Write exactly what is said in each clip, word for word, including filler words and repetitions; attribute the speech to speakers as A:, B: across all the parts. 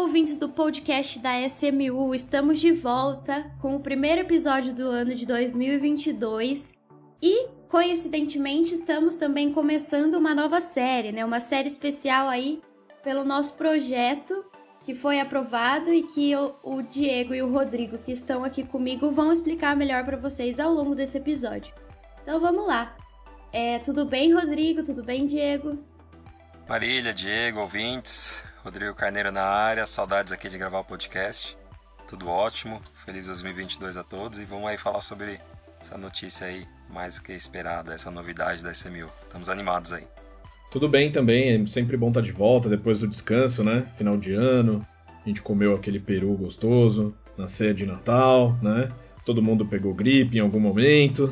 A: ouvintes do podcast da S M U, estamos de volta com o primeiro episódio do ano de dois mil e vinte e dois e, coincidentemente, estamos também começando uma nova série, né? Uma série especial aí pelo nosso projeto que foi aprovado e que o, o Diego e o Rodrigo, que estão aqui comigo, vão explicar melhor para vocês ao longo desse episódio. Então vamos lá. É, tudo bem, Rodrigo? Tudo bem, Diego?
B: Marília, Diego, ouvintes, Rodrigo Carneiro na área, saudades aqui de gravar o podcast, tudo ótimo, feliz dois mil e vinte e dois a todos e vamos aí falar sobre essa notícia aí, mais do que esperada, essa novidade da S M U, estamos animados aí.
C: Tudo bem também, é sempre bom estar de volta depois do descanso, né, final de ano, a gente comeu aquele peru gostoso, na ceia de Natal, né, todo mundo pegou gripe em algum momento,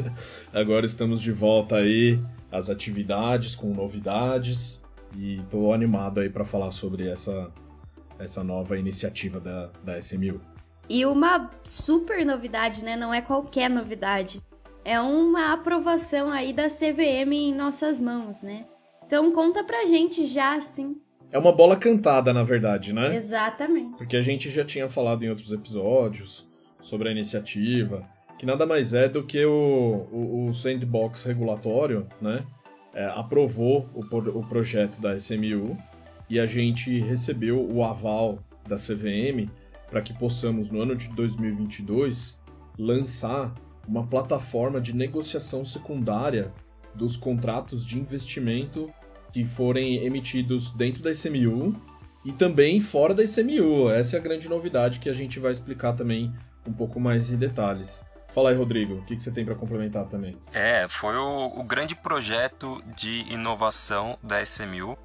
C: agora estamos de volta aí às atividades com novidades. E tô animado aí para falar sobre essa, essa nova iniciativa da, da S M U.
A: E uma super novidade, né? Não é qualquer novidade. É uma aprovação aí da C V M em nossas mãos, né? Então conta pra gente já, assim.
C: É uma bola cantada, na verdade, né?
A: Exatamente.
C: Porque a gente já tinha falado em outros episódios sobre a iniciativa, que nada mais é do que o, o, o sandbox regulatório, né? É, aprovou o, o projeto da S M U e a gente recebeu o aval da C V M para que possamos, no ano de dois mil e vinte e dois, lançar uma plataforma de negociação secundária dos contratos de investimento que forem emitidos dentro da S M U e também fora da S M U. Essa é a grande novidade que a gente vai explicar também um pouco mais em detalhes. Fala aí, Rodrigo, o que, que você tem para complementar também?
B: É, foi o, o grande projeto de inovação da S M U,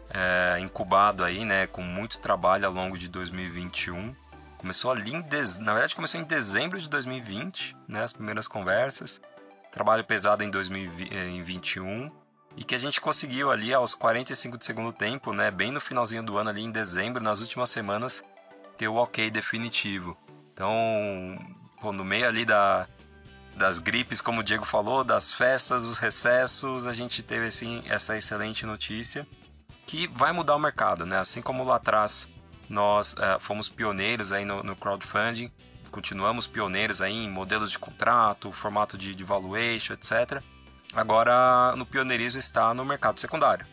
B: é, incubado aí, né, com muito trabalho ao longo de dois mil e vinte e um. Começou ali em, de... na verdade começou em dezembro de dois mil e vinte, né, as primeiras conversas. Trabalho pesado em dois mil e vinte e um e que a gente conseguiu ali aos quarenta e cinco do segundo tempo, né, bem no finalzinho do ano ali em dezembro, nas últimas semanas, ter o ok definitivo. Então, pô, no meio ali da, das gripes, como o Diego falou, das festas, dos recessos, a gente teve assim, essa excelente notícia que vai mudar o mercado, né? Assim como lá atrás nós uh, fomos pioneiros aí no, no crowdfunding, continuamos pioneiros aí em modelos de contrato, formato de, de valuation, etcétera. Agora, no pioneirismo está no mercado secundário.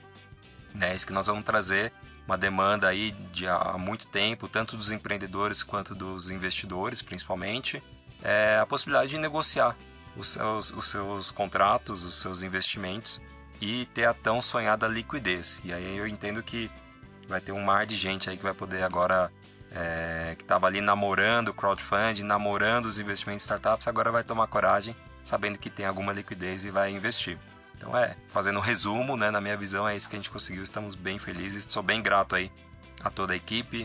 B: É isso que nós vamos trazer, uma demanda aí de há muito tempo, tanto dos empreendedores quanto dos investidores, principalmente, é a possibilidade de negociar os seus, os seus contratos, os seus investimentos e ter a tão sonhada liquidez. E aí eu entendo que vai ter um mar de gente aí que vai poder agora, é, que estava ali namorando o crowdfunding, namorando os investimentos em startups, agora vai tomar coragem, sabendo que tem alguma liquidez e vai investir. Então é, fazendo um resumo, né, na minha visão é isso que a gente conseguiu, estamos bem felizes, sou bem grato aí a toda a equipe,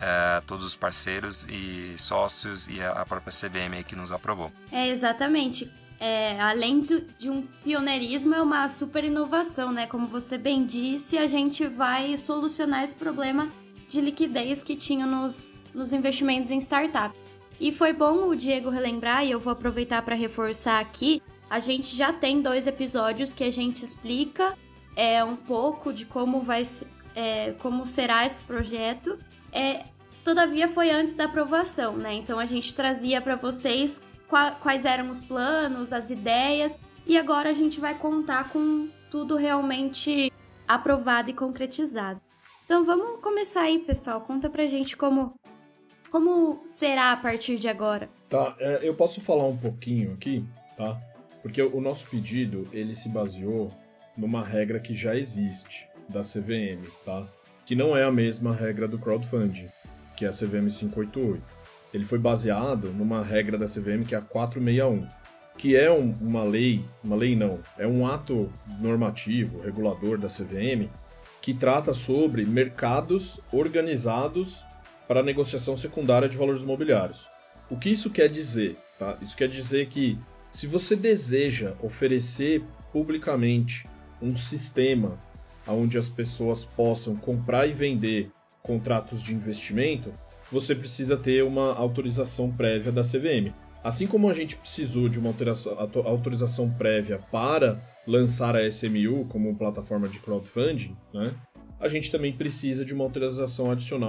B: a todos os parceiros e sócios e a própria C V M aí que nos aprovou.
A: É, exatamente. É, além de, de um pioneirismo, é uma super inovação, né? Como você bem disse, a gente vai solucionar esse problema de liquidez que tinha nos, nos investimentos em startup. E foi bom o Diego relembrar, e eu vou aproveitar para reforçar aqui, a gente já tem dois episódios que a gente explica é, um pouco de como, vai, é, como será esse projeto. É, todavia foi antes da aprovação, né? Então a gente trazia para vocês qua, quais eram os planos, as ideias, e agora a gente vai contar com tudo realmente aprovado e concretizado. Então vamos começar aí, pessoal. Conta pra gente como, como será a partir de agora.
C: Tá, é, eu posso falar um pouquinho aqui, tá? Porque o nosso pedido, ele se baseou numa regra que já existe da C V M, tá? Que não é a mesma regra do crowdfunding, que é a C V M quinhentos e oitenta e oito. Ele foi baseado numa regra da C V M que é a quatrocentos e sessenta e um, que é um, uma lei, uma lei não, é um ato normativo, regulador da C V M, que trata sobre mercados organizados para negociação secundária de valores imobiliários. O que isso quer dizer? Tá? Isso quer dizer que se você deseja oferecer publicamente um sistema onde as pessoas possam comprar e vender contratos de investimento, você precisa ter uma autorização prévia da C V M. Assim como a gente precisou de uma autorização prévia para lançar a S M U como plataforma de crowdfunding, né, a gente também precisa de uma autorização adicional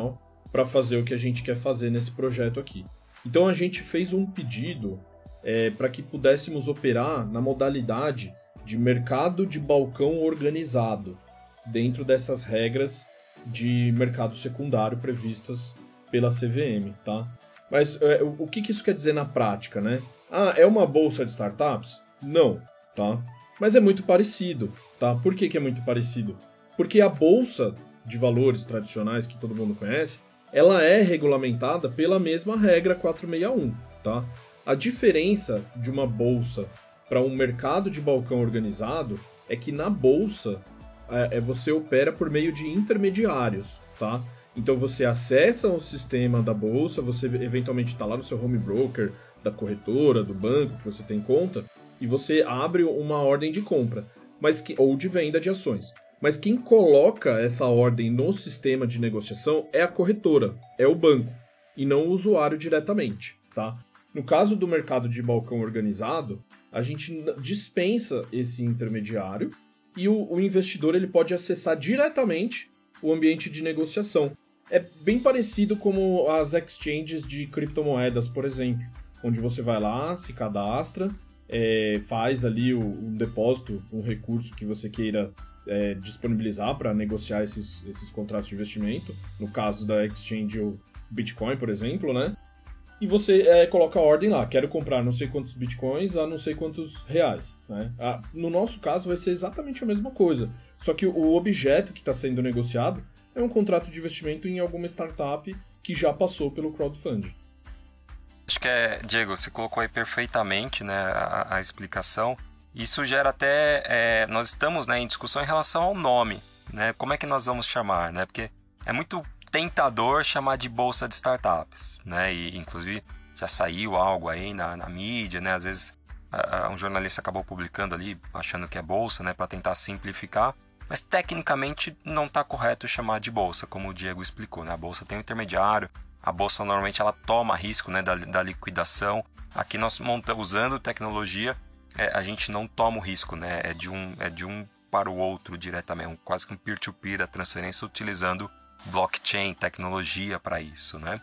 C: para fazer o que a gente quer fazer nesse projeto aqui. Então a gente fez um pedido é, para que pudéssemos operar na modalidade de mercado de balcão organizado, dentro dessas regras de mercado secundário previstas pela C V M, tá? Mas é, o que, que isso quer dizer na prática, né? Ah, é uma bolsa de startups? Não, tá? Mas é muito parecido, tá? Por que, que é muito parecido? Porque a bolsa de valores tradicionais que todo mundo conhece, ela é regulamentada pela mesma regra quatrocentos e sessenta e um, tá? A diferença de uma bolsa para um mercado de balcão organizado é que na bolsa é, você opera por meio de intermediários, tá? Então você acessa o sistema da bolsa, você eventualmente está lá no seu home broker, da corretora, do banco que você tem conta, e você abre uma ordem de compra, mas que, ou de venda de ações. Mas quem coloca essa ordem no sistema de negociação é a corretora, é o banco, e não o usuário diretamente, tá? No caso do mercado de balcão organizado, a gente dispensa esse intermediário e o, o investidor ele pode acessar diretamente o ambiente de negociação. É bem parecido como as exchanges de criptomoedas, por exemplo, onde você vai lá, se cadastra, é, faz ali o, um depósito, um recurso que você queira é, disponibilizar para negociar esses, esses contratos de investimento, no caso da exchange o Bitcoin, por exemplo, né? E você é, coloca a ordem lá, quero comprar não sei quantos bitcoins a não sei quantos reais, né? Ah, no nosso caso vai ser exatamente a mesma coisa, só que o objeto que está sendo negociado é um contrato de investimento em alguma startup que já passou pelo crowdfunding.
B: Acho que é, Diego, você colocou aí perfeitamente, né, a, a explicação. Isso gera até, é, nós estamos, né, em discussão em relação ao nome, né? Como é que nós vamos chamar, né? Porque é muito tentador chamar de bolsa de startups, né? E inclusive já saiu algo aí na, na mídia, né? Às vezes uh, um jornalista acabou publicando ali achando que é bolsa, né? Para tentar simplificar, mas tecnicamente não está correto chamar de bolsa, como o Diego explicou, né? A bolsa tem um intermediário, a bolsa normalmente ela toma risco, né? Da, da liquidação. Aqui nós montamos, usando tecnologia, é, a gente não toma o risco, né? É de um, é de um para o outro diretamente, um, quase que um peer-to-peer, a transferência utilizando blockchain, tecnologia para isso, né?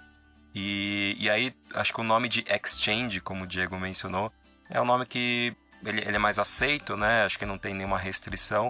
B: E, e aí, acho que o nome de exchange, como o Diego mencionou, é um nome que ele, ele é mais aceito, né? Acho que não tem nenhuma restrição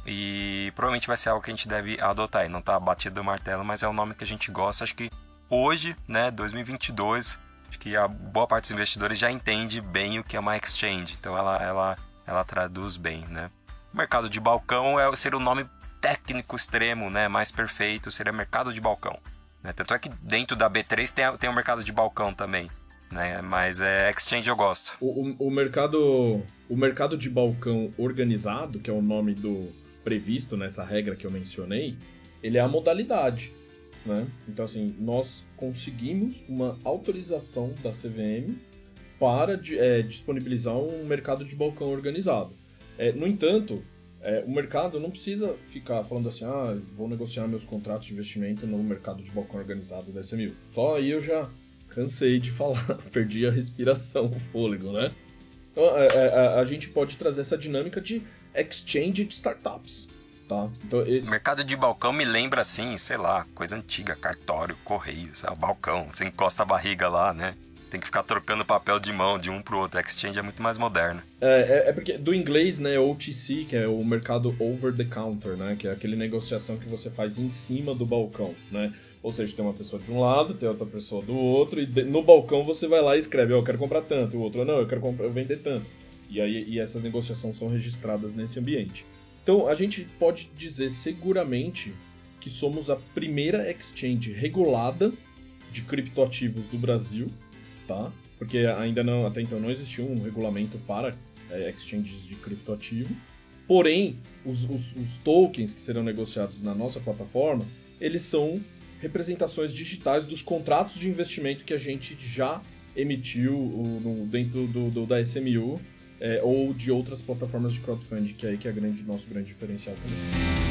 B: e provavelmente vai ser algo que a gente deve adotar. E não tá batido o martelo, mas é um nome que a gente gosta. Acho que hoje, né, dois mil e vinte e dois, acho que a boa parte dos investidores já entende bem o que é uma exchange. Então, ela, ela, ela traduz bem, né? O mercado de balcão é, seria o nome técnico extremo, né, mais perfeito, seria mercado de balcão, né? Tanto é que dentro da B três tem, tem um mercado de balcão também, né? Mas é exchange eu gosto.
C: O, o, o, mercado, o mercado de balcão organizado, que é o nome do previsto nessa regra que eu mencionei, ele é a modalidade, né? Então, assim, nós conseguimos uma autorização da C V M para é, disponibilizar um mercado de balcão organizado. É, no entanto, É, o mercado não precisa ficar falando assim, ah, vou negociar meus contratos de investimento no mercado de balcão organizado da S M U. Só aí eu já cansei de falar, perdi a respiração, o fôlego, né? Então, a, a, a gente pode trazer essa dinâmica de exchange de startups, tá? Então, esse...
B: O mercado de balcão me lembra assim, sei lá, coisa antiga, cartório, correio, sabe? Balcão, você encosta a barriga lá, né? Tem que ficar trocando papel de mão de um pro outro. Exchange é muito mais moderno.
C: É, é, é porque do inglês, né, O T C, que é o mercado over the counter, né, que é aquele negociação que você faz em cima do balcão, né? Ou seja, tem uma pessoa de um lado, tem outra pessoa do outro, e de, no balcão você vai lá e escreve, oh, eu quero comprar tanto, o outro, não, eu quero comprar, eu vender tanto. E aí e essas negociações são registradas nesse ambiente. Então, a gente pode dizer seguramente que somos a primeira exchange regulada de criptoativos do Brasil, tá? Porque ainda não, até então não existia um regulamento para é, exchanges de criptoativo. Porém, os, os, os tokens que serão negociados na nossa plataforma, eles são representações digitais dos contratos de investimento que a gente já emitiu o, no, dentro do, do, da S M U é, ou de outras plataformas de crowdfunding, que é aí que é o nosso grande diferencial também.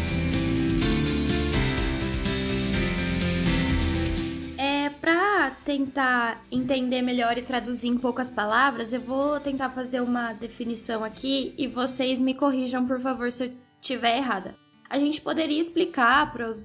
A: Tentar entender melhor e traduzir em poucas palavras, eu vou tentar fazer uma definição aqui e vocês me corrijam, por favor, se eu estiver errada. A gente poderia explicar para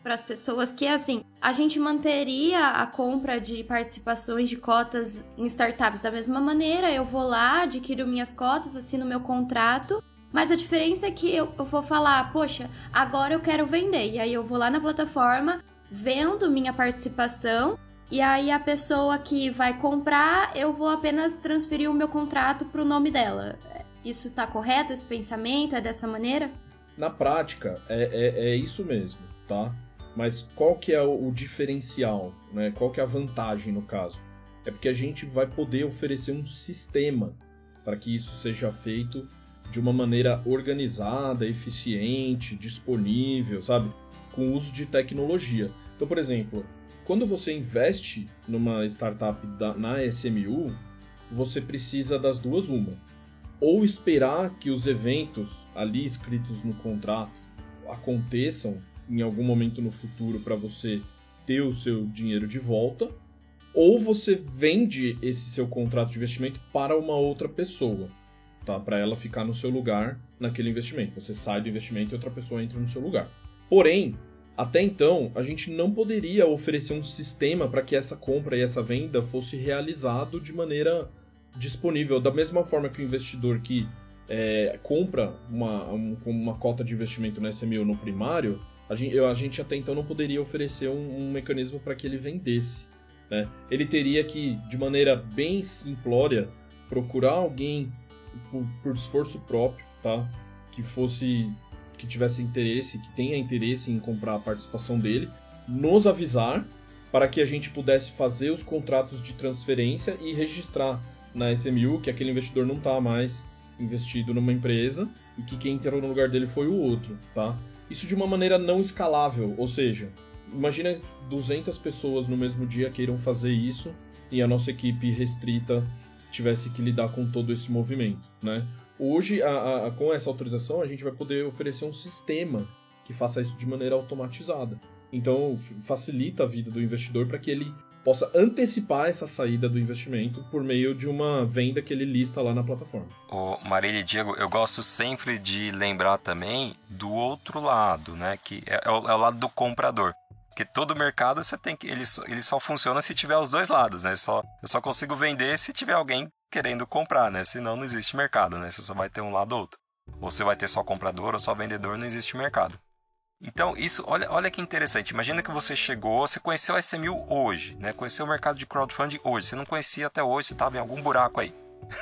A: para as pessoas, que é assim, a gente manteria a compra de participações de cotas em startups da mesma maneira, eu vou lá, adquiro minhas cotas, assino meu contrato, mas a diferença é que eu, eu vou falar, poxa, agora eu quero vender, e aí eu vou lá na plataforma, vendo minha participação, e aí a pessoa que vai comprar, eu vou apenas transferir o meu contrato para o nome dela. Isso está correto, esse pensamento? É dessa maneira?
C: Na prática, é, é, é isso mesmo, tá? Mas qual que é o, o diferencial, né? Qual que é a vantagem no caso? É porque a gente vai poder oferecer um sistema para que isso seja feito de uma maneira organizada, eficiente, disponível, sabe? Com o uso de tecnologia. Então, por exemplo, quando você investe numa startup da, na S M U, você precisa das duas uma. Ou esperar que os eventos ali escritos no contrato aconteçam em algum momento no futuro para você ter o seu dinheiro de volta, ou você vende esse seu contrato de investimento para uma outra pessoa, tá? Para ela ficar no seu lugar naquele investimento. Você sai do investimento e outra pessoa entra no seu lugar. Porém, até então, a gente não poderia oferecer um sistema para que essa compra e essa venda fosse realizado de maneira disponível, da mesma forma que o investidor que é, compra uma, um, uma cota de investimento no S M U no primário, a gente, a gente até então não poderia oferecer um, um mecanismo para que ele vendesse, né? Ele teria que, de maneira bem simplória, procurar alguém por, por esforço próprio, tá? Que fosse, que tivesse interesse, que tenha interesse em comprar a participação dele, nos avisar para que a gente pudesse fazer os contratos de transferência e registrar na S M U que aquele investidor não está mais investido numa empresa e que quem entrou no lugar dele foi o outro, tá? Isso de uma maneira não escalável, ou seja, imagina duzentas pessoas no mesmo dia queiram fazer isso e a nossa equipe restrita tivesse que lidar com todo esse movimento, né? Hoje, a, a, com essa autorização, a gente vai poder oferecer um sistema que faça isso de maneira automatizada. Então, facilita a vida do investidor para que ele possa antecipar essa saída do investimento por meio de uma venda que ele lista lá na plataforma.
B: Ô, Marília e Diego, eu gosto sempre de lembrar também do outro lado, né? Que é, é, o, é o lado do comprador. Porque todo mercado você tem que, ele, ele só funciona se tiver os dois lados, né? Só, eu só consigo vender se tiver alguém querendo comprar, né? Senão não existe mercado, né? Você só vai ter um lado ou outro. Ou você vai ter só comprador ou só vendedor, não existe mercado. Então, isso, olha, olha que interessante. Imagina que você chegou, você conheceu a S M U hoje, né? Conheceu o mercado de crowdfunding hoje. Você não conhecia até hoje, você estava em algum buraco aí.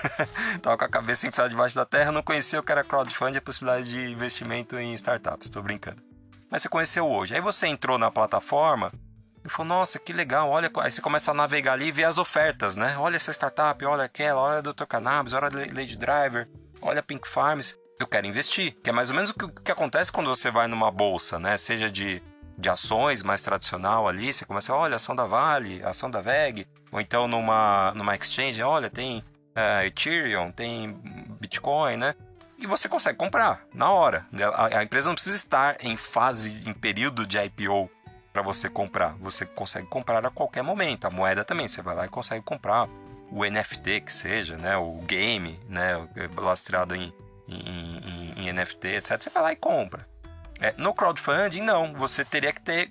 B: Tava com a cabeça enfiada debaixo da terra, não conhecia o que era crowdfunding e a possibilidade de investimento em startups. Estou brincando. Mas você conheceu hoje. Aí você entrou na plataforma e falou, nossa, que legal, olha. Aí você começa a navegar ali e ver as ofertas, né? Olha essa startup, olha aquela, olha a doutor Cannabis, olha a Lady Driver, olha a Pink Farms. Eu quero investir, que é mais ou menos o que, o que acontece quando você vai numa bolsa, né? Seja de, de ações mais tradicional ali, você começa a olha, ação da Vale, ação da V E G, ou então numa, numa exchange, olha, tem uh, Ethereum, tem Bitcoin, né? E você consegue comprar na hora. A, a empresa não precisa estar em fase, em período de I P O para você comprar. Você consegue comprar a qualquer momento. A moeda também, você vai lá e consegue comprar o N F T que seja, né? O game, né? Lastreado em Em, em, em N F T, etcétera. Você vai lá e compra. É, no crowdfunding, não. Você teria que ter,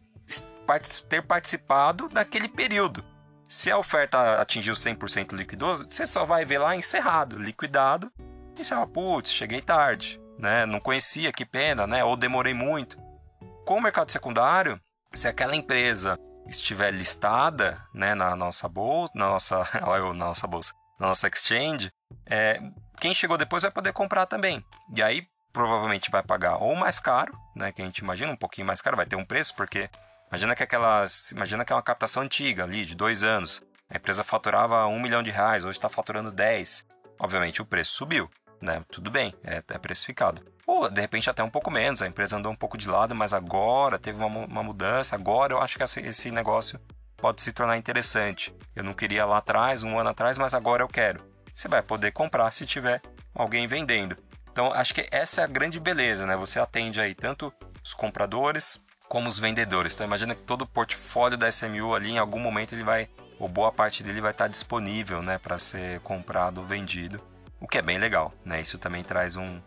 B: ter participado daquele período. Se a oferta atingiu cem por cento liquidoso, você só vai ver lá encerrado, liquidado. E você fala, putz, cheguei tarde, né? Não conhecia, que pena, né? Ou demorei muito. Com o mercado secundário, se aquela empresa estiver listada, né, na nossa bolsa, na nossa, na nossa bolsa, na nossa exchange, é, quem chegou depois vai poder comprar também. E aí, provavelmente vai pagar ou mais caro, né? Que a gente imagina, um pouquinho mais caro, vai ter um preço, porque imagina que aquela, imagina que é uma captação antiga ali, de dois anos. A empresa faturava um milhão de reais, hoje está faturando dez. Obviamente o preço subiu, né? Tudo bem, é, é precificado. Ou, de repente, até um pouco menos, a empresa andou um pouco de lado, mas agora teve uma, uma mudança, agora eu acho que esse negócio pode se tornar interessante. Eu não queria lá atrás, um ano atrás, mas agora eu quero. Você vai poder comprar se tiver alguém vendendo. Então, acho que essa é a grande beleza, né? Você atende aí tanto os compradores como os vendedores. Então, imagina que todo o portfólio da S M U ali, em algum momento, ele vai, ou boa parte dele vai estar disponível, né? Para ser comprado ou vendido. O que é bem legal, né? Isso também traz um,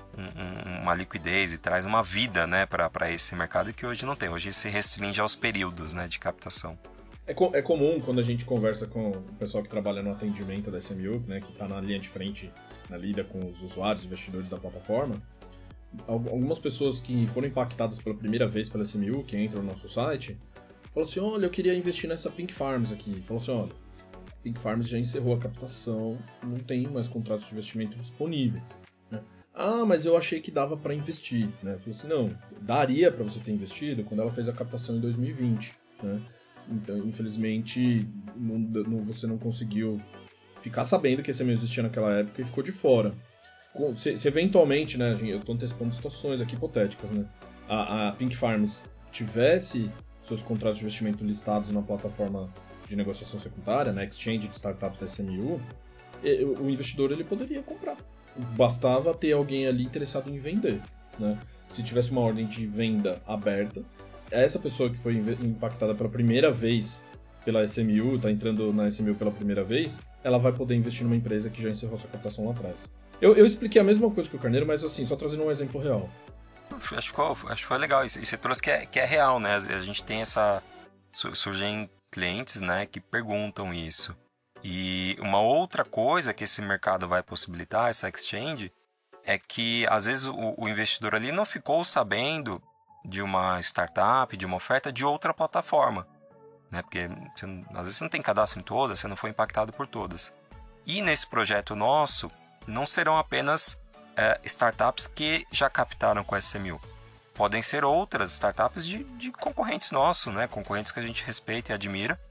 B: um, uma liquidez e traz uma vida, né, para esse mercado que hoje não tem. Hoje se restringe aos períodos, né, de captação.
C: É, co- é comum quando a gente conversa com o pessoal que trabalha no atendimento da S M U, né, que está na linha de frente, na lida com os usuários, investidores da plataforma, algumas pessoas que foram impactadas pela primeira vez pela S M U, que entram no nosso site, falam assim, olha, eu queria investir nessa Pink Farms aqui. Falou assim, olha, Pink Farms já encerrou a captação, não tem mais contratos de investimento disponíveis. Né? Ah, mas eu achei que dava para investir. Né? Falei assim, não, daria para você ter investido quando ela fez a captação em dois mil e vinte. Né? Então, infelizmente, não, não, você não conseguiu ficar sabendo que esse M U existia naquela época e ficou de fora. Se, se eventualmente, né, eu estou antecipando situações aqui hipotéticas, né, a, a Pink Farms tivesse seus contratos de investimento listados na plataforma de negociação secundária, na Exchange de Startups da S M U, o investidor ele poderia comprar. Bastava ter alguém ali interessado em vender. Né? Se tivesse uma ordem de venda aberta, essa pessoa que foi impactada pela primeira vez pela S M U, está entrando na S M U pela primeira vez, ela vai poder investir numa empresa que já encerrou sua captação lá atrás. Eu, eu expliquei a mesma coisa que o Carneiro, mas assim, só trazendo um exemplo real.
B: Acho que foi, acho que foi legal. E você trouxe que é, que é real, né? A gente tem essa... Surgem clientes, né, que perguntam isso. E uma outra coisa que esse mercado vai possibilitar, essa exchange, é que às vezes o, o investidor ali não ficou sabendo de uma startup, de uma oferta de outra plataforma. Né? Porque você, às vezes você não tem cadastro em todas, você não foi impactado por todas. E nesse projeto nosso, não serão apenas é, startups que já captaram com a S M U. Podem ser outras startups de, de concorrentes nossos, né? Concorrentes que a gente respeita e admira.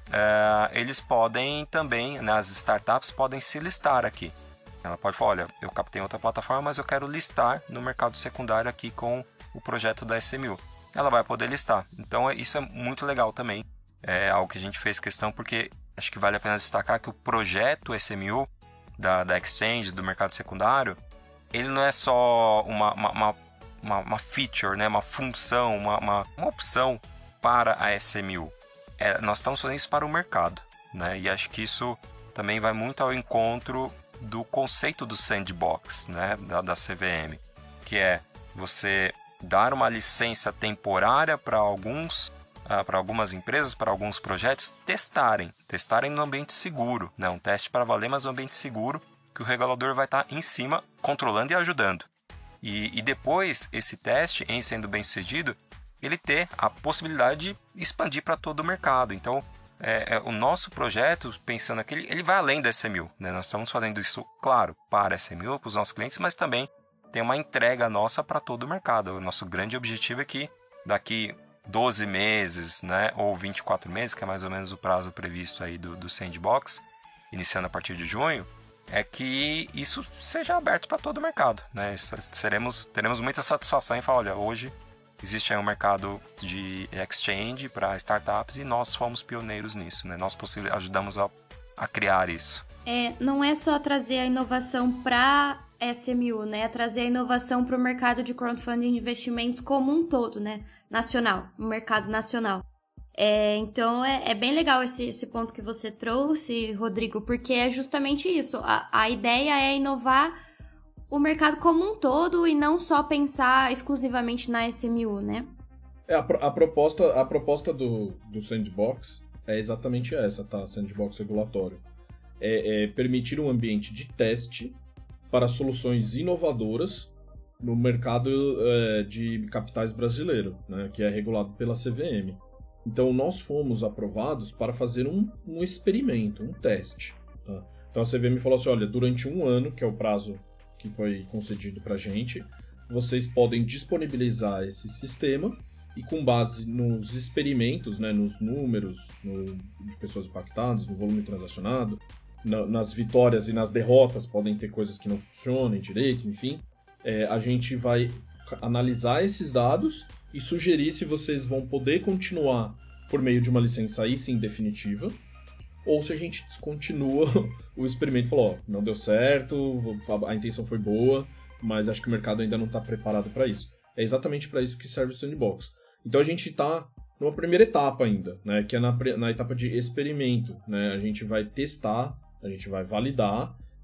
B: É, eles podem também, né, as startups podem se listar aqui. Ela pode falar, olha, eu captei outra plataforma, mas eu quero listar no mercado secundário aqui com o projeto da S M U. Ela vai poder listar. Então isso é muito legal também. É algo que a gente fez questão, porque acho que vale a pena destacar que o projeto S M U da, da Exchange, do mercado secundário, ele não é só uma, uma, uma, uma, uma feature, né? Uma função, uma, uma, uma opção para a S M U. É, nós estamos fazendo isso para o mercado. Né? E acho que isso também vai muito ao encontro do conceito do sandbox, né? da, da C V M, que é você dar uma licença temporária para alguns Uh, para algumas empresas, para alguns projetos, testarem. Testarem no ambiente seguro. Né? Um teste para valer, mas um ambiente seguro que o regulador vai estar em cima, controlando e ajudando. E, e depois, esse teste, em sendo bem sucedido, ele ter a possibilidade de expandir para todo o mercado. Então, é, é, o nosso projeto, pensando aqui, ele, ele vai além da S M U. Né? Nós estamos fazendo isso, claro, para a S M U, para os nossos clientes, mas também tem uma entrega nossa para todo o mercado. O nosso grande objetivo é que daqui doze meses, né, ou vinte e quatro meses, que é mais ou menos o prazo previsto aí do, do Sandbox, iniciando a partir de junho, é que isso seja aberto para todo o mercado. Né? Seremos, teremos muita satisfação em falar, olha, hoje existe aí um mercado de exchange para startups e nós fomos pioneiros nisso. Né? Nós ajudamos a, a criar isso.
A: É, não é só trazer a inovação para S M U, né? É trazer a inovação para o mercado de crowdfunding de investimentos como um todo, né? Nacional, o mercado nacional. É, então, é, é bem legal esse, esse ponto que você trouxe, Rodrigo, porque é justamente isso. A, a ideia é inovar o mercado como um todo e não só pensar exclusivamente na S M U, né?
C: É, a, a proposta, a proposta do, do Sandbox é exatamente essa, tá? Sandbox regulatório. É, é permitir um ambiente de teste para soluções inovadoras no mercado é, de capitais brasileiro, né, que é regulado pela C V M. Então, nós fomos aprovados para fazer um, um experimento, um teste. Tá? Então, a C V M falou assim, olha, durante um ano, que é o prazo que foi concedido para a gente, vocês podem disponibilizar esse sistema e, com base nos experimentos, né, nos números no, de pessoas impactadas, no volume transacionado, na, nas vitórias e nas derrotas, podem ter coisas que não funcionem direito, enfim, é, a gente vai analisar esses dados e sugerir se vocês vão poder continuar por meio de uma licença aí sim definitiva, ou se a gente descontinua o experimento e falou, ó, não deu certo, a intenção foi boa, mas acho que o mercado ainda não está preparado para isso. É exatamente para isso que serve o Sandbox. Então a gente está numa primeira etapa ainda, né, que é na, na etapa de experimento. Né? A gente vai testar, a gente vai validar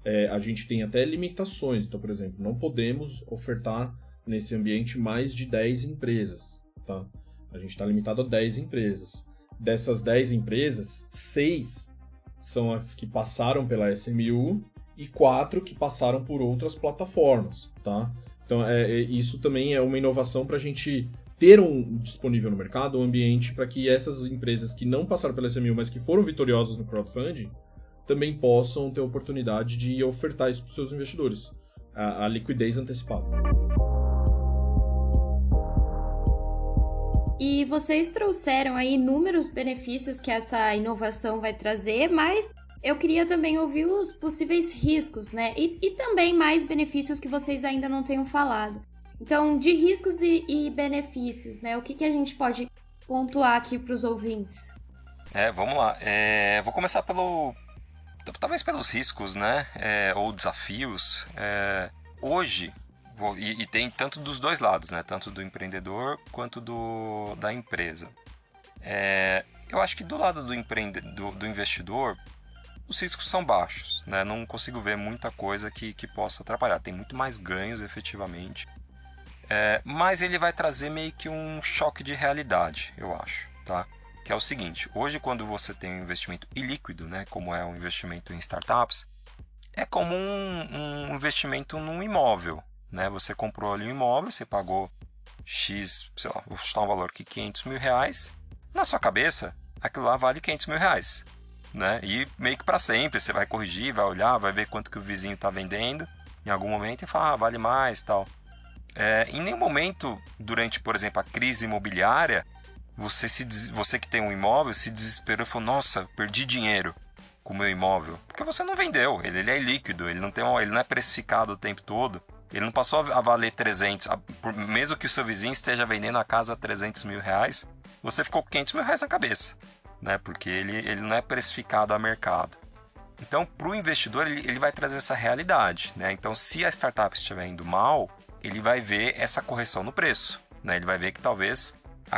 C: é, a gente tem até limitações. Então, por exemplo, não podemos ofertar nesse ambiente mais de dez empresas, tá? A gente está limitado a dez empresas. Dessas dez empresas, seis são as que passaram pela S M U e quatro que passaram por outras plataformas, tá? Então, é, é, isso também é uma inovação para a gente ter um, disponível no mercado um ambiente para que essas empresas que não passaram pela S M U, mas que foram vitoriosas no crowdfunding, também possam ter a oportunidade de ofertar isso para os seus investidores, a, a liquidez antecipada.
A: E vocês trouxeram aí inúmeros benefícios que essa inovação vai trazer, mas eu queria também ouvir os possíveis riscos, né? E, e também mais benefícios que vocês ainda não tenham falado. Então, de riscos e, e benefícios, né? O que, que a gente pode pontuar aqui para os ouvintes?
B: É, vamos lá. É, vou começar pelo... talvez pelos riscos, né? É, ou desafios. É, hoje... E, e tem tanto dos dois lados, né? Tanto do empreendedor quanto do, da empresa. É, eu acho que do lado do, empreende, do, do investidor, os riscos são baixos, né? Não consigo ver muita coisa que, que possa atrapalhar. Tem muito mais ganhos, efetivamente. É, mas ele vai trazer meio que um choque de realidade, eu acho, tá? Que é o seguinte, hoje quando você tem um investimento ilíquido, né? Como é um investimento em startups, é como um, um investimento num imóvel. Né? Você comprou ali um imóvel, você pagou X, sei lá, vou chutar um valor aqui, quinhentos mil reais. Na sua cabeça, aquilo lá vale quinhentos mil reais. Né? E meio que para sempre, você vai corrigir, vai olhar, vai ver quanto que o vizinho está vendendo em algum momento e falar, ah, vale mais tal. É, em nenhum momento, durante, por exemplo, a crise imobiliária, você, se, você que tem um imóvel se desesperou e falou, nossa, perdi dinheiro com o meu imóvel. Porque você não vendeu, ele, ele é líquido, ele não, tem um, ele não é precificado o tempo todo. Ele não passou a valer trezentos, mesmo que o seu vizinho esteja vendendo a casa a trezentos mil reais, você ficou com quinhentos mil reais na cabeça, né? Porque ele, ele não é precificado a mercado. Então, para o investidor, ele, ele vai trazer essa realidade, né? Então, se a startup estiver indo mal, ele vai ver essa correção no preço, né? Ele vai ver que talvez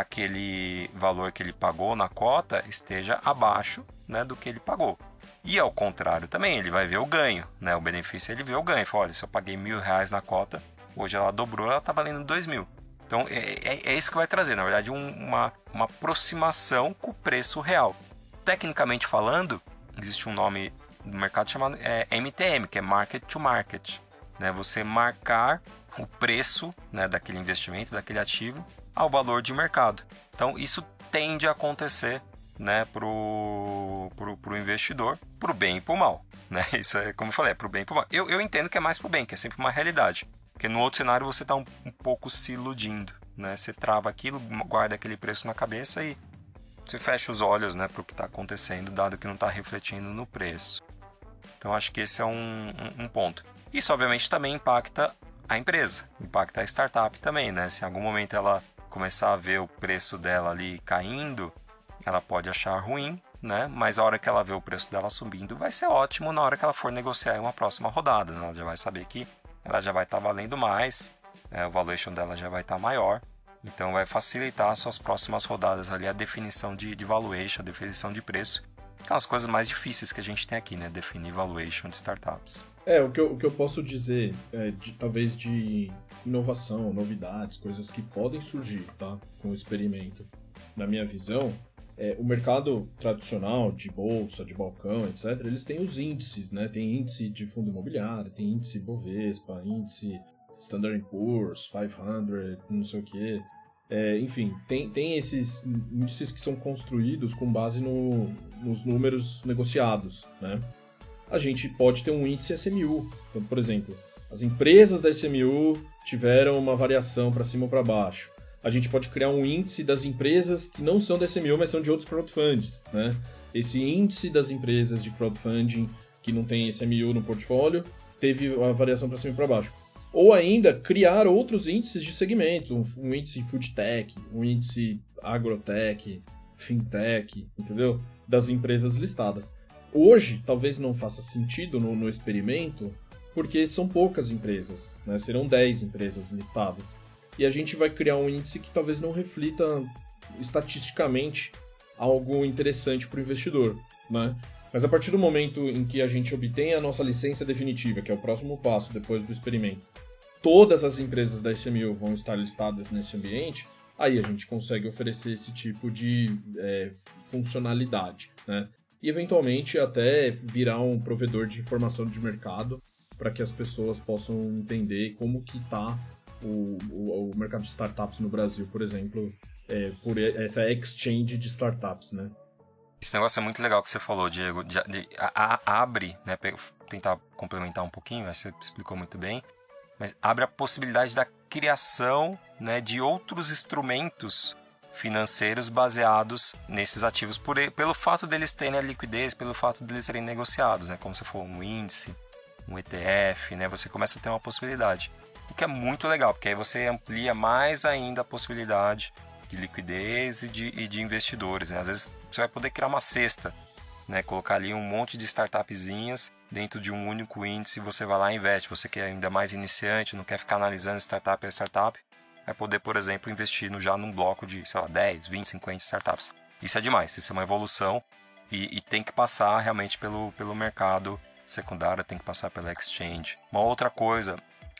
B: aquele valor que ele pagou na cota esteja abaixo, né, do que ele pagou. E ao contrário também, ele vai ver o ganho, né? O benefício ele vê o ganho. Fala, olha, se eu paguei mil reais na cota, hoje ela dobrou, ela está valendo dois mil. Então é, é, é isso que vai trazer, na verdade, um, uma, uma aproximação com o preço real. Tecnicamente falando, existe um nome no mercado chamado é, M T M, que é Market to Market. Né? Você marcar o preço, né, daquele investimento, daquele ativo, ao valor de mercado. Então isso tende a acontecer, né, pro, pro, pro investidor, pro bem e pro mal, né? Isso é, como eu falei, é pro bem e pro mal. Eu, eu entendo que é mais pro bem, que é sempre uma realidade. Porque no outro cenário você tá um, um pouco se iludindo, né? Você trava aquilo, guarda aquele preço na cabeça e você fecha os olhos, né, pro que tá acontecendo, dado que não tá refletindo no preço. Então acho que esse é um, um, um ponto. Isso obviamente também impacta a empresa, impacta a startup também, né? Se em algum momento ela começar a ver o preço dela ali caindo, ela pode achar ruim, né? Mas a hora que ela vê o preço dela subindo, vai ser ótimo na hora que ela for negociar em uma próxima rodada, né? Ela já vai saber que ela já vai estar tá valendo mais, né? O valuation dela já vai estar tá maior, então vai facilitar as suas próximas rodadas ali, a definição de, de valuation, a definição de preço, que é as coisas mais difíceis que a gente tem aqui, né? Definir valuation de startups.
C: É, o que eu, o que eu posso dizer, é de, talvez de inovação, novidades, coisas que podem surgir, tá? Com o experimento. Na minha visão, é, o mercado tradicional de bolsa, de balcão, etcétera, eles têm os índices, né? Tem índice de fundo imobiliário, tem índice Bovespa, índice Standard and Poor's, quinhentos, não sei o quê. É, enfim, tem, tem esses índices que são construídos com base no, nos números negociados, né? A gente pode ter um índice S M U. Então, por exemplo, as empresas da S M U tiveram uma variação para cima ou para baixo. A gente pode criar um índice das empresas que não são da S M U, mas são de outros crowdfundings, né? Esse índice das empresas de crowdfunding que não tem S M U no portfólio teve uma variação para cima e para baixo. Ou ainda, criar outros índices de segmentos, um, um índice food tech, um índice agrotech, fintech, entendeu? Das empresas listadas. Hoje, talvez não faça sentido no, no experimento, porque são poucas empresas, né? Serão dez empresas listadas. E a gente vai criar um índice que talvez não reflita estatisticamente algo interessante para o investidor, né? Mas a partir do momento em que a gente obtém a nossa licença definitiva, que é o próximo passo depois do experimento, todas as empresas da S M U vão estar listadas nesse ambiente, aí a gente consegue oferecer esse tipo de é, funcionalidade, né? E eventualmente até virar um provedor de informação de mercado para que as pessoas possam entender como que está o, o, o mercado de startups no Brasil, por exemplo, é, por essa exchange de startups, né?
B: Esse negócio é muito legal que você falou, Diego. De, de, a, a, abre, né? Tentar complementar um pouquinho, acho que você explicou muito bem, mas abre a possibilidade da criação, né, de outros instrumentos financeiros baseados nesses ativos por, pelo fato deles terem a liquidez, pelo fato deles serem negociados, né? Como você falou, um índice, um E T F, né? Você começa a ter uma possibilidade. O que é muito legal, porque aí você amplia mais ainda a possibilidade de liquidez e de, e de investidores, né? Às vezes você vai poder criar uma cesta, né? Colocar ali um monte de startupzinhas dentro de um único índice, você vai lá e investe. Você que é ainda mais iniciante, não quer ficar analisando startup a startup, vai poder, por exemplo, investir no, já num bloco de, sei lá, dez, vinte, cinquenta startups. Isso é demais, isso é uma evolução e, e tem que passar realmente pelo, pelo mercado secundário, tem que passar pela exchange. Uma outra coisa,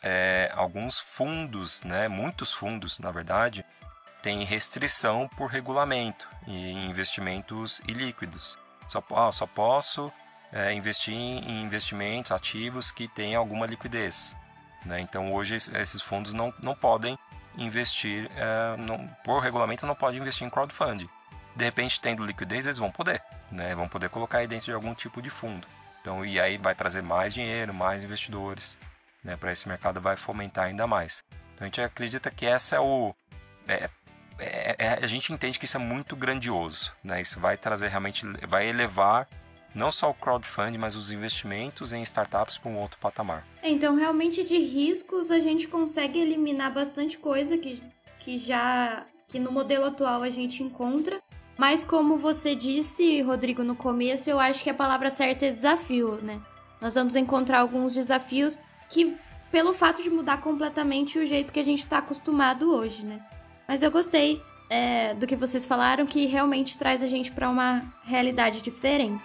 B: é, alguns fundos, né? Muitos fundos, na verdade, tem restrição por regulamento em investimentos ilíquidos. Só, ah, só posso é, investir em investimentos ativos que têm alguma liquidez, né? Então, hoje, esses fundos não, não podem investir, é, não, por regulamento, não podem investir em crowdfunding. De repente, tendo liquidez, eles vão poder, né? Vão poder colocar aí dentro de algum tipo de fundo. Então, e aí vai trazer mais dinheiro, mais investidores, né? Para esse mercado vai fomentar ainda mais. Então, a gente acredita que essa é o... É, É, é, a gente entende que isso é muito grandioso, né? Isso vai trazer realmente, vai elevar não só o crowdfunding, mas os investimentos em startups para um outro patamar.
A: Então, realmente, de riscos, a gente consegue eliminar bastante coisa que, que já que no modelo atual a gente encontra. Mas como você disse, Rodrigo, no começo, eu acho que a palavra certa é desafio, né? Nós vamos encontrar alguns desafios que, pelo fato de mudar completamente o jeito que a gente está acostumado hoje, né? Mas eu gostei é, do que vocês falaram, que realmente traz a gente para uma realidade diferente.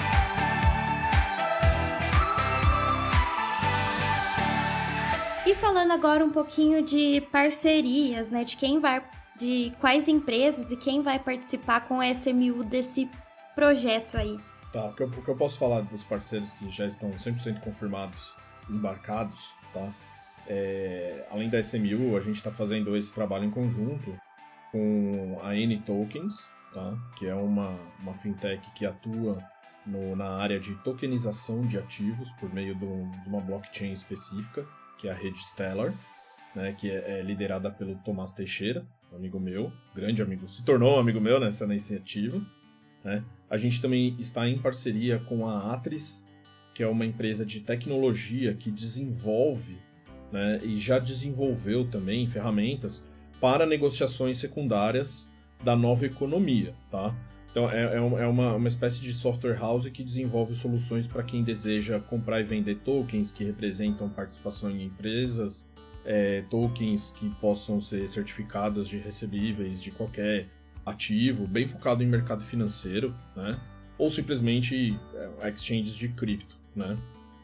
A: E falando agora um pouquinho de parcerias, né? De quem vai, de quais empresas e quem vai participar com a S M U desse projeto aí.
C: Tá, o que eu, o que eu posso falar dos parceiros que já estão cem por cento confirmados, embarcados, tá? É, além da S M U, a gente está fazendo esse trabalho em conjunto com a N Tokens, tá? Que é uma, uma fintech que atua no, na área de tokenização de ativos por meio do, de uma blockchain específica, que é a rede Stellar, né? Que é, é liderada pelo Tomás Teixeira, um amigo meu, grande amigo, se tornou um amigo meu nessa iniciativa, né? A gente também está em parceria com a Atris, que é uma empresa de tecnologia que desenvolve, né, e já desenvolveu também ferramentas para negociações secundárias da nova economia, tá? Então é, é uma, uma espécie de software house que desenvolve soluções para quem deseja comprar e vender tokens que representam participação em empresas, é, tokens que possam ser certificados de recebíveis de qualquer ativo, bem focado em mercado financeiro, né? Ou simplesmente é, exchanges de cripto, né?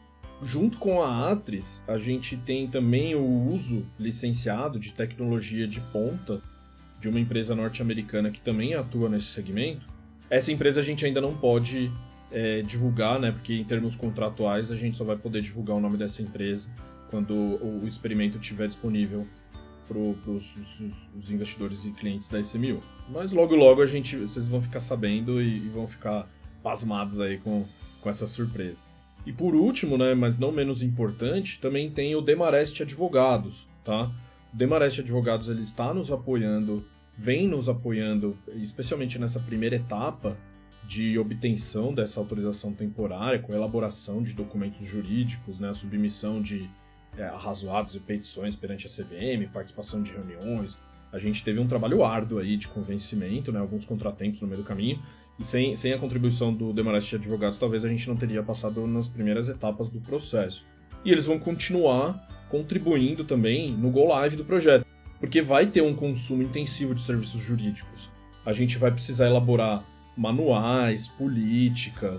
C: Junto com a Atris, a gente tem também o uso licenciado de tecnologia de ponta de uma empresa norte-americana que também atua nesse segmento. Essa empresa a gente ainda não pode é, divulgar, né? Porque em termos contratuais a gente só vai poder divulgar o nome dessa empresa quando o experimento estiver disponível para os investidores e clientes da S M U. Mas logo logo a gente, vocês vão ficar sabendo e, e vão ficar pasmados aí com, com essa surpresa. E por último, né, mas não menos importante, também tem o Demarest Advogados, tá? O Demarest Advogados ele está nos apoiando, vem nos apoiando, especialmente nessa primeira etapa de obtenção dessa autorização temporária, com elaboração de documentos jurídicos, né, a submissão de é, arrazoados e petições perante a C V M, participação de reuniões. A gente teve um trabalho árduo aí de convencimento, né, alguns contratempos no meio do caminho, e sem, sem a contribuição do Demarest Advogados, talvez a gente não teria passado nas primeiras etapas do processo. E eles vão continuar contribuindo também no go live do projeto, porque vai ter um consumo intensivo de serviços jurídicos. A gente vai precisar elaborar manuais, políticas,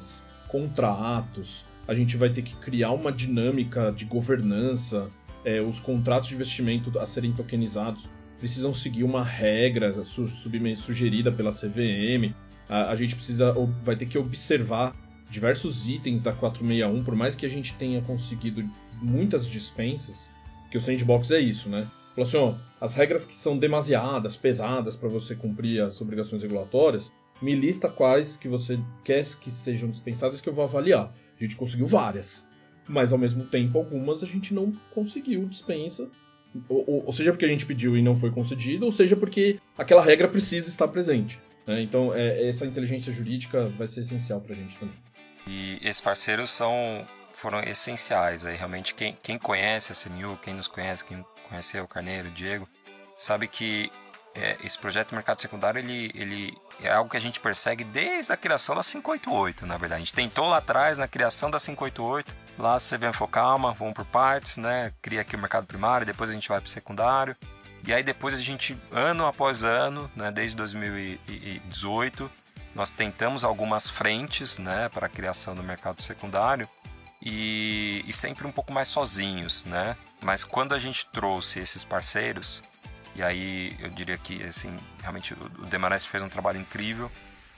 C: contratos, a gente vai ter que criar uma dinâmica de governança, é, os contratos de investimento a serem tokenizados precisam seguir uma regra su- sub- sugerida pela C V M, a, a gente precisa, vai ter que observar diversos itens da quatrocentos e sessenta e um, por mais que a gente tenha conseguido muitas dispensas, que o sandbox é isso, né? Falou assim, ó, as regras que são demasiadas, pesadas para você cumprir as obrigações regulatórias, me lista quais que você quer que sejam dispensadas que eu vou avaliar. A gente conseguiu várias, mas ao mesmo tempo algumas a gente não conseguiu dispensa, ou, ou, ou seja porque a gente pediu e não foi concedido, ou seja porque aquela regra precisa estar presente, né? Então é, essa inteligência jurídica vai ser essencial para a gente também.
B: E esses parceiros são, foram essenciais. Aí, realmente, quem, quem conhece a C M U, quem nos conhece, quem conheceu o Carneiro, o Diego, sabe que é, esse projeto de mercado secundário ele, ele é algo que a gente persegue desde a criação da quinhentos e oitenta e oito, na verdade. A gente tentou lá atrás, na criação da quinhentos e oitenta e oito, lá a C V M falou, calma, vamos por partes, né? Cria aqui o mercado primário, depois a gente vai para o secundário. E aí depois a gente, ano após ano, né, desde dois mil e dezoito, nós tentamos algumas frentes, né, para a criação do mercado secundário e, e sempre um pouco mais sozinhos, né? Mas quando a gente trouxe esses parceiros, e aí eu diria que assim, realmente o Demarest fez um trabalho incrível,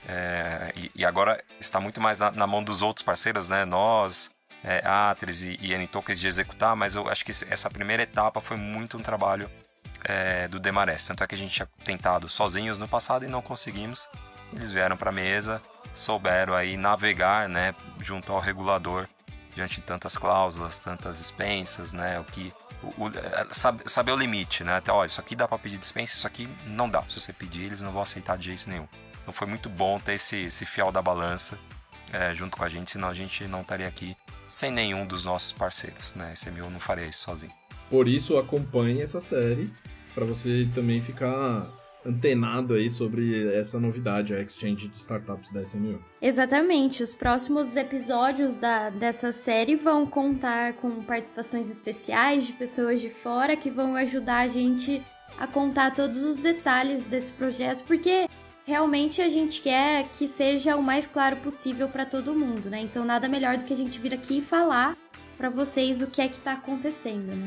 B: é, e, e agora está muito mais na, na mão dos outros parceiros, né? Nós, é, Atris e, e N-Tokens de executar, mas eu acho que essa primeira etapa foi muito um trabalho é, do Demarest. Tanto é que a gente tinha tentado sozinhos no passado e não conseguimos. Eles vieram para a mesa, souberam aí navegar, né, junto ao regulador diante de tantas cláusulas, tantas dispensas, né, o que o, o, saber, saber o limite, né, até olha, isso aqui dá para pedir dispensa, isso aqui não dá. Se você pedir, eles não vão aceitar de jeito nenhum. Então foi muito bom ter esse, esse fiel da balança é, junto com a gente, senão a gente não estaria aqui sem nenhum dos nossos parceiros, né, esse M U não faria isso sozinho.
C: Por isso acompanhe essa série para você também ficar antenado aí sobre essa novidade, a Exchange de Startups da S M U.
A: Exatamente, os próximos episódios da, dessa série vão contar com participações especiais de pessoas de fora que vão ajudar a gente a contar todos os detalhes desse projeto, porque realmente a gente quer que seja o mais claro possível para todo mundo, né? Então nada melhor do que a gente vir aqui e falar para vocês o que é que está acontecendo, né?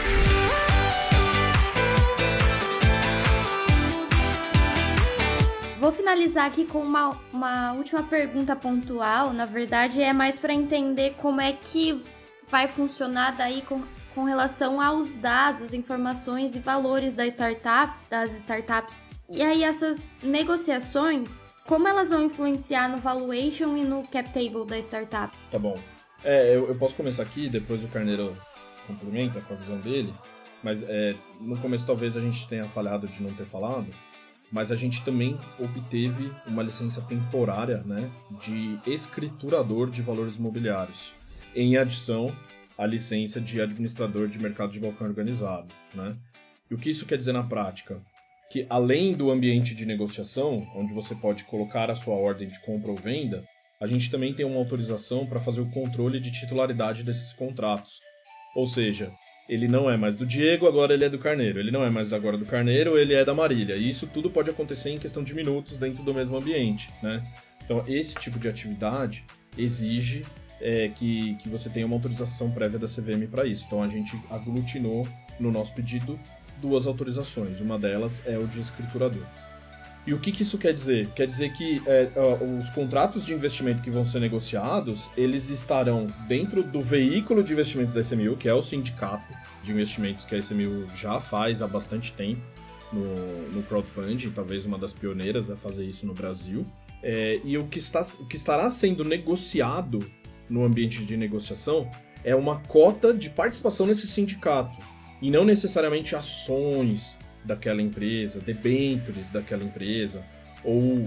A: Vou finalizar aqui com uma, uma última pergunta pontual. Na verdade, é mais para entender como é que vai funcionar daí com, com relação aos dados, as informações e valores da startup, das startups. E aí, essas negociações, como elas vão influenciar no valuation e no cap table da startup?
C: Tá bom. É, eu, eu posso começar aqui, depois o Carneiro complementa com a visão dele. Mas é, no começo talvez a gente tenha falhado de não ter falado. Mas a gente também obteve uma licença temporária, né, de escriturador de valores imobiliários, em adição à licença de administrador de mercado de balcão organizado, né? E o que isso quer dizer na prática? Que além do ambiente de negociação, onde você pode colocar a sua ordem de compra ou venda, a gente também tem uma autorização para fazer o controle de titularidade desses contratos. Ou seja, ele não é mais do Diego, agora ele é do Carneiro. Ele não é mais agora do Carneiro, ele é da Marília. E isso tudo pode acontecer em questão de minutos dentro do mesmo ambiente, né? Então, esse tipo de atividade exige é, que, que você tenha uma autorização prévia da C V M para isso. Então, a gente aglutinou no nosso pedido duas autorizações. Uma delas é o de escriturador. E o que, que isso quer dizer? Quer dizer que é, uh, os contratos de investimento que vão ser negociados, eles estarão dentro do veículo de investimentos da S M U, que é o sindicato de investimentos que a S M U já faz há bastante tempo no, no crowdfunding, talvez uma das pioneiras a fazer isso no Brasil. É, e o que, está, o que estará sendo negociado no ambiente de negociação é uma cota de participação nesse sindicato, e não necessariamente ações daquela empresa, debêntures daquela empresa, ou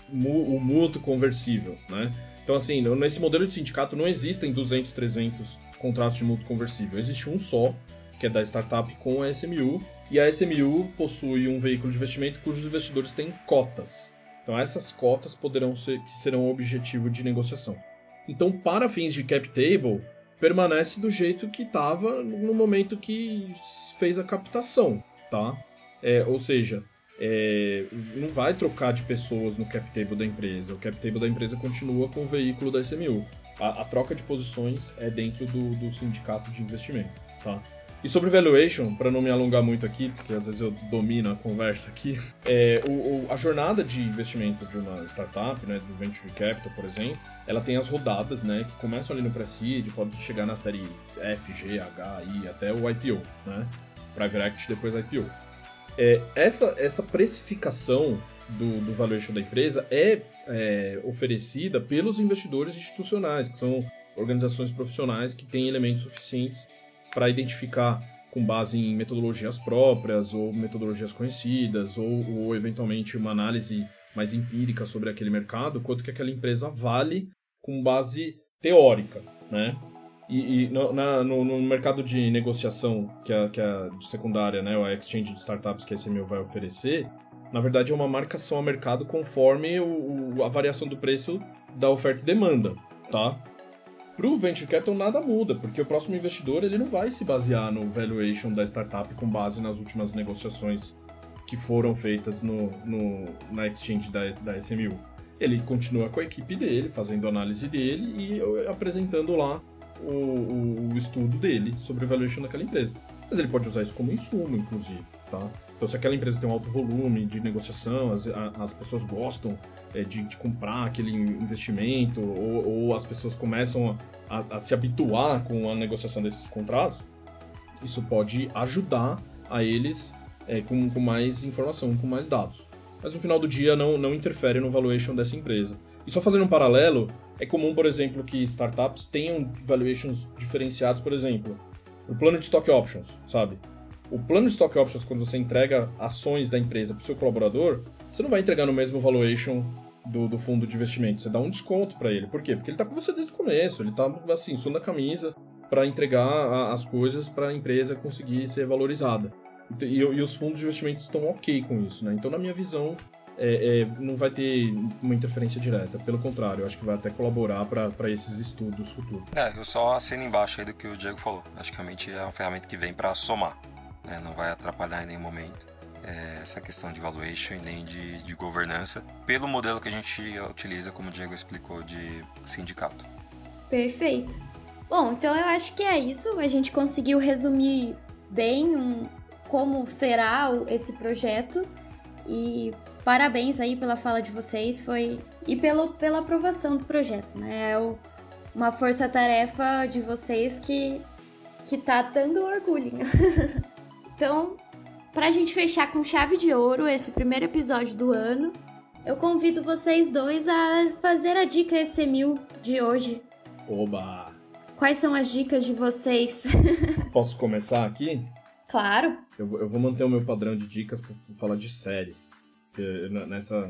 C: o mútuo conversível, né? Então, assim, nesse modelo de sindicato não existem duzentos, trezentos contratos de mútuo conversível. Existe um só, que é da startup com a S M U, e a S M U possui um veículo de investimento cujos investidores têm cotas. Então, essas cotas poderão ser, que serão objetivo de negociação. Então, para fins de cap table, permanece do jeito que estava no momento que fez a captação, tá? É, ou seja, é, não vai trocar de pessoas no cap table da empresa. O cap table da empresa continua com o veículo da S M U. A, a troca de posições é dentro do, do sindicato de investimento, tá? E sobre valuation, para não me alongar muito aqui, porque às vezes eu domino a conversa aqui, é, o, o, a jornada de investimento de uma startup, né, do Venture Capital, por exemplo, ela tem as rodadas, né, que começam ali no Pre-Seed, pode chegar na série F, G, H, I, até o I P O, né, Private Equity, depois I P O. É, essa, essa precificação do, do valuation da empresa é, é oferecida pelos investidores institucionais, que são organizações profissionais que têm elementos suficientes para identificar com base em metodologias próprias ou metodologias conhecidas ou, ou eventualmente uma análise mais empírica sobre aquele mercado, quanto que aquela empresa vale com base teórica, né? E, e no, na, no, no mercado de negociação que a, que a de secundária, né, a exchange de startups que a S M U vai oferecer, na verdade é uma marcação a mercado conforme o, o, a variação do preço da oferta e demanda, tá? Para o Venture Capital nada muda, porque o próximo investidor ele não vai se basear no valuation da startup com base nas últimas negociações que foram feitas no, no, na exchange da, da S M U. Ele continua com a equipe dele, fazendo análise dele e apresentando lá o, o, o estudo dele sobre o valuation daquela empresa. Mas ele pode usar isso como insumo, inclusive, tá? Então, se aquela empresa tem um alto volume de negociação, as, as pessoas gostam é, de, de comprar aquele investimento, ou, ou as pessoas começam a, a, a se habituar com a negociação desses contratos, isso pode ajudar a eles é, com, com mais informação, com mais dados. Mas no final do dia não, não interfere no valuation dessa empresa. E só fazendo um paralelo, é comum, por exemplo, que startups tenham valuations diferenciados, por exemplo, o plano de stock options, sabe? O plano de stock options, quando você entrega ações da empresa para o seu colaborador, você não vai entregar no mesmo valuation do, do fundo de investimento. Você dá um desconto para ele. Por quê? Porque ele está com você desde o começo. Ele está, assim, suando a camisa para entregar a, as coisas para a empresa conseguir ser valorizada. E, e, e os fundos de investimento estão ok com isso, né? Então, na minha visão, é, é, não vai ter uma interferência direta. Pelo contrário, eu acho que vai até colaborar para esses estudos futuros.
B: É, eu só assino embaixo aí do que o Diego falou. Acho que realmente é uma ferramenta que vem para somar. Né, não vai atrapalhar em nenhum momento é, essa questão de valuation e nem de, de governança, pelo modelo que a gente utiliza, como o Diego explicou, de sindicato.
A: Perfeito. Bom, então eu acho que é isso. A gente conseguiu resumir bem um, como será esse projeto e parabéns aí pela fala de vocês foi, e pelo, pela aprovação do projeto. Né? É o, uma força-tarefa de vocês que, que tá dando orgulho. Então, pra gente fechar com chave de ouro esse primeiro episódio do ano, eu convido vocês dois a fazer a dica S M U de hoje.
C: Oba!
A: Quais são as dicas de vocês?
C: Posso começar aqui?
A: Claro!
C: Eu vou, eu vou manter o meu padrão de dicas para falar de séries. Porque nessa,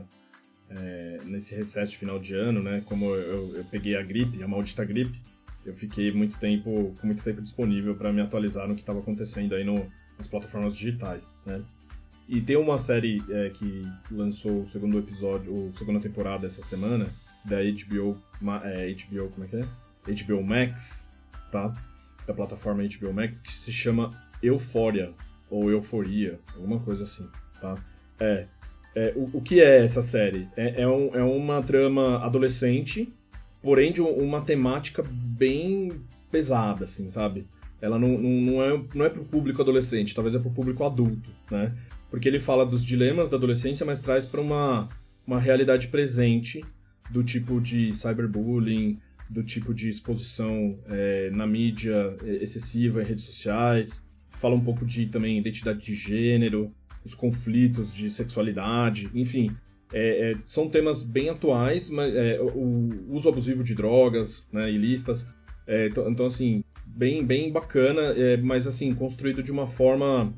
C: é, nesse recesso de final de ano, né, como eu, eu peguei a gripe, a maldita gripe, eu fiquei muito tempo, com muito tempo disponível para me atualizar no que estava acontecendo aí no nas plataformas digitais, né? E tem uma série é, que lançou o segundo episódio, a segunda temporada essa semana, da H B O, é, H B O, como é que é? H B O Max, tá? Da plataforma H B O Max, que se chama Euphoria, ou Euforia, alguma coisa assim, tá? É, é o, o que é essa série? É, é, um, é uma trama adolescente, porém de uma temática bem pesada, assim, sabe? Ela não, não, não, é, não é pro público adolescente, talvez é pro público adulto, né? Porque ele fala dos dilemas da adolescência, mas traz para uma, uma realidade presente do tipo de cyberbullying, do tipo de exposição é, na mídia excessiva, em redes sociais. Fala um pouco de também identidade de gênero, os conflitos de sexualidade, enfim. É, é, são temas bem atuais, mas é, o uso abusivo de drogas, né, ilícitas. É, então, então, assim... Bem, bem bacana, é, mas assim, construído de uma forma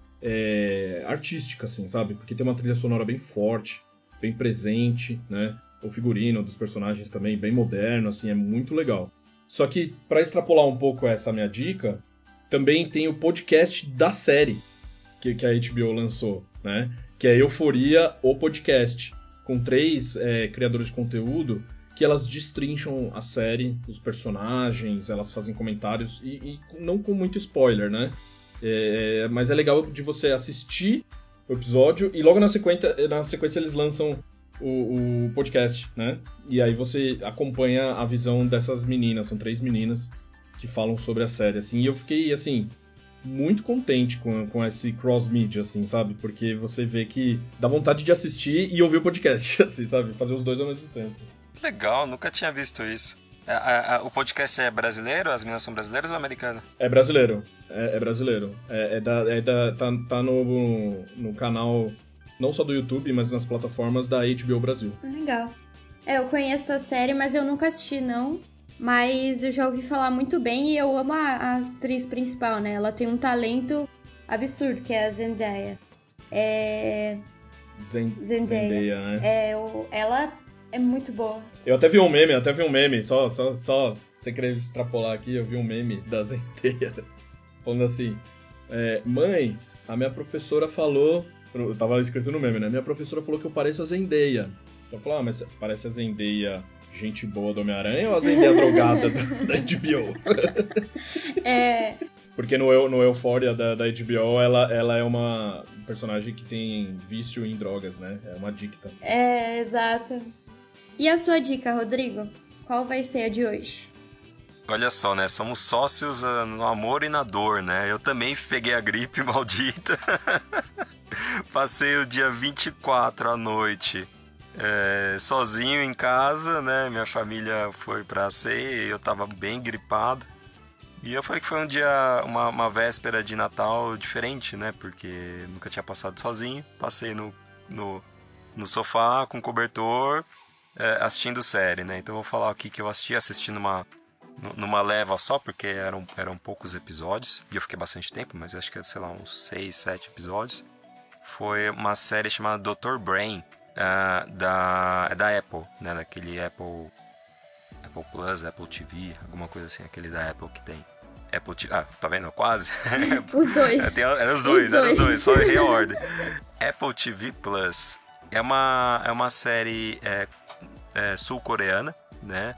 C: é, artística, assim, sabe? Porque tem uma trilha sonora bem forte, bem presente, né? O figurino dos personagens também bem moderno, assim, é muito legal. Só que, para extrapolar um pouco essa minha dica, também tem o podcast da série que, que a H B O lançou, né? Que é Euforia, o podcast, com três é, criadores de conteúdo que elas destrincham a série, os personagens, elas fazem comentários, e, e não com muito spoiler, né? É, mas é legal de você assistir o episódio, e logo na sequência, na sequência eles lançam o, o podcast, né? E aí você acompanha a visão dessas meninas, são três meninas que falam sobre a série, assim, e eu fiquei, assim, muito contente com, com esse cross-media, assim, sabe? Porque você vê que dá vontade de assistir e ouvir o podcast, assim, sabe? Fazer os dois ao mesmo tempo.
B: Legal, nunca tinha visto isso. A, a, a, o podcast é brasileiro? As meninas são brasileiras ou americanas?
C: É brasileiro, é, é brasileiro. É, é da, é da, tá, tá no, no canal, não só do YouTube, mas nas plataformas da H B O Brasil.
A: Legal. É, eu conheço a série, mas eu nunca assisti, não. Mas eu já ouvi falar muito bem e eu amo a, a atriz principal, né? Ela tem um talento absurdo, que é a Zendaya. É...
C: Zen...
A: Zendaya.
C: Zendaya, né?
A: É, eu... ela é muito boa.
C: Eu até vi um meme, até vi um meme, só, só, só sem querer extrapolar aqui, eu vi um meme da Zendaya falando assim, é, mãe, a minha professora falou, eu tava escrito no meme, né? Minha professora falou que eu pareço a Zendaya. Eu falei, ah, mas parece a Zendaya... gente boa do Homem-Aranha ou a Zendaya drogada da, da H B O?
A: É...
C: Porque no, no Euphoria da, da H B O, ela, ela é uma personagem que tem vício em drogas, né? É uma adicta.
A: É, exato. E a sua dica, Rodrigo? Qual vai ser a de hoje?
B: Olha só, né? Somos sócios uh, no amor e na dor, né? Eu também peguei a gripe maldita. Passei o dia vinte e quatro à noite é, sozinho em casa, né? Minha família foi pra ceia e eu tava bem gripado. E eu falei que foi um dia, uma, uma véspera de Natal diferente, né? Porque nunca tinha passado sozinho. Passei no, no, no sofá com cobertor, é, assistindo série, né? Então eu vou falar aqui que eu assisti, assisti numa, numa leva só, porque eram, eram poucos episódios. E eu fiquei bastante tempo, mas acho que, sei lá, uns seis, sete episódios. Foi uma série chamada doutor Brain, uh, da, da Apple, né? Daquele Apple... Apple Plus, Apple T V, alguma coisa assim, aquele da Apple que tem. Apple T V, ah, tá vendo? Quase.
A: Os dois.
B: Tem, eram os dois, eram os dois, só errei a ordem. Apple T V Plus é uma, é uma série é, é, sul-coreana, né?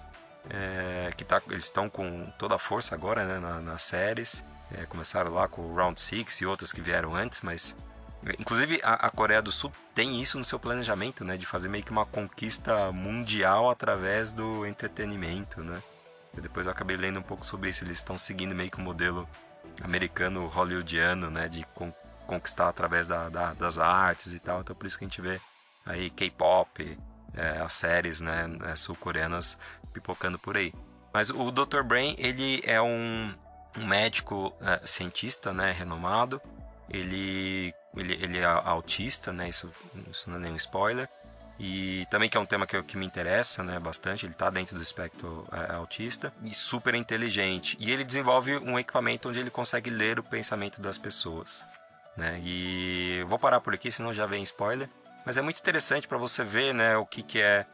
B: É, que tá, eles estão com toda a força agora, né? Na, nas séries. É, começaram lá com o Round Six e outras que vieram antes, mas... Inclusive, a, a Coreia do Sul tem isso no seu planejamento, né? De fazer meio que uma conquista mundial através do entretenimento, né? E depois eu acabei lendo um pouco sobre isso. Eles estão seguindo meio que o modelo americano, hollywoodiano, né? De con- conquistar através da, da, das artes e tal. Então, por isso que a gente vê aí K-pop, é, as séries, né? Sul-coreanas pipocando por aí. Mas o doutor Brain, ele é um, um médico é, cientista, né? Renomado. Ele... Ele, ele é autista, né? Isso, isso não é nenhum spoiler. E também que é um tema que, que me interessa, né? Bastante. Ele está dentro do espectro é, autista. E super inteligente. E ele desenvolve um equipamento onde ele consegue ler o pensamento das pessoas, né? E vou parar por aqui, senão já vem spoiler. Mas é muito interessante para você ver, né? O que, que é,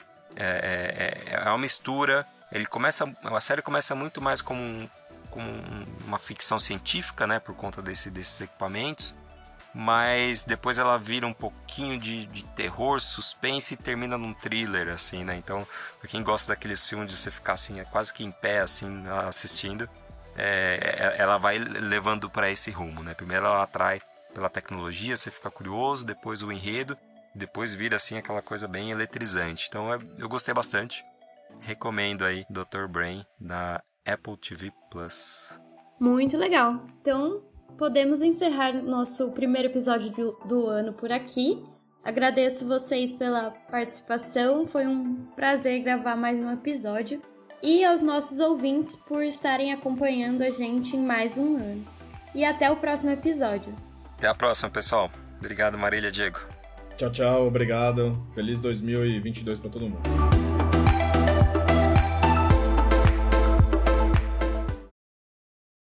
B: é, é... É uma mistura. Ele começa, a série começa muito mais como, um, como uma ficção científica, né? Por conta desse, desses equipamentos. Mas depois ela vira um pouquinho de, de terror, suspense e termina num thriller, assim, né? Então, pra quem gosta daqueles filmes de você ficar assim, quase que em pé, assim, assistindo, é, ela vai levando para esse rumo, né? Primeiro ela atrai pela tecnologia, você fica curioso, depois o enredo, depois vira, assim, aquela coisa bem eletrizante. Então, eu gostei bastante. Recomendo aí doutor Brain, da Apple T V Plus.
A: Muito legal. Então... podemos encerrar nosso primeiro episódio do, do ano por aqui. Agradeço vocês pela participação, foi um prazer gravar mais um episódio. E aos nossos ouvintes por estarem acompanhando a gente em mais um ano. E até o próximo episódio.
B: Até a próxima, pessoal. Obrigado, Marília, Diego.
C: Tchau, tchau, obrigado. Feliz dois mil e vinte e dois para todo mundo.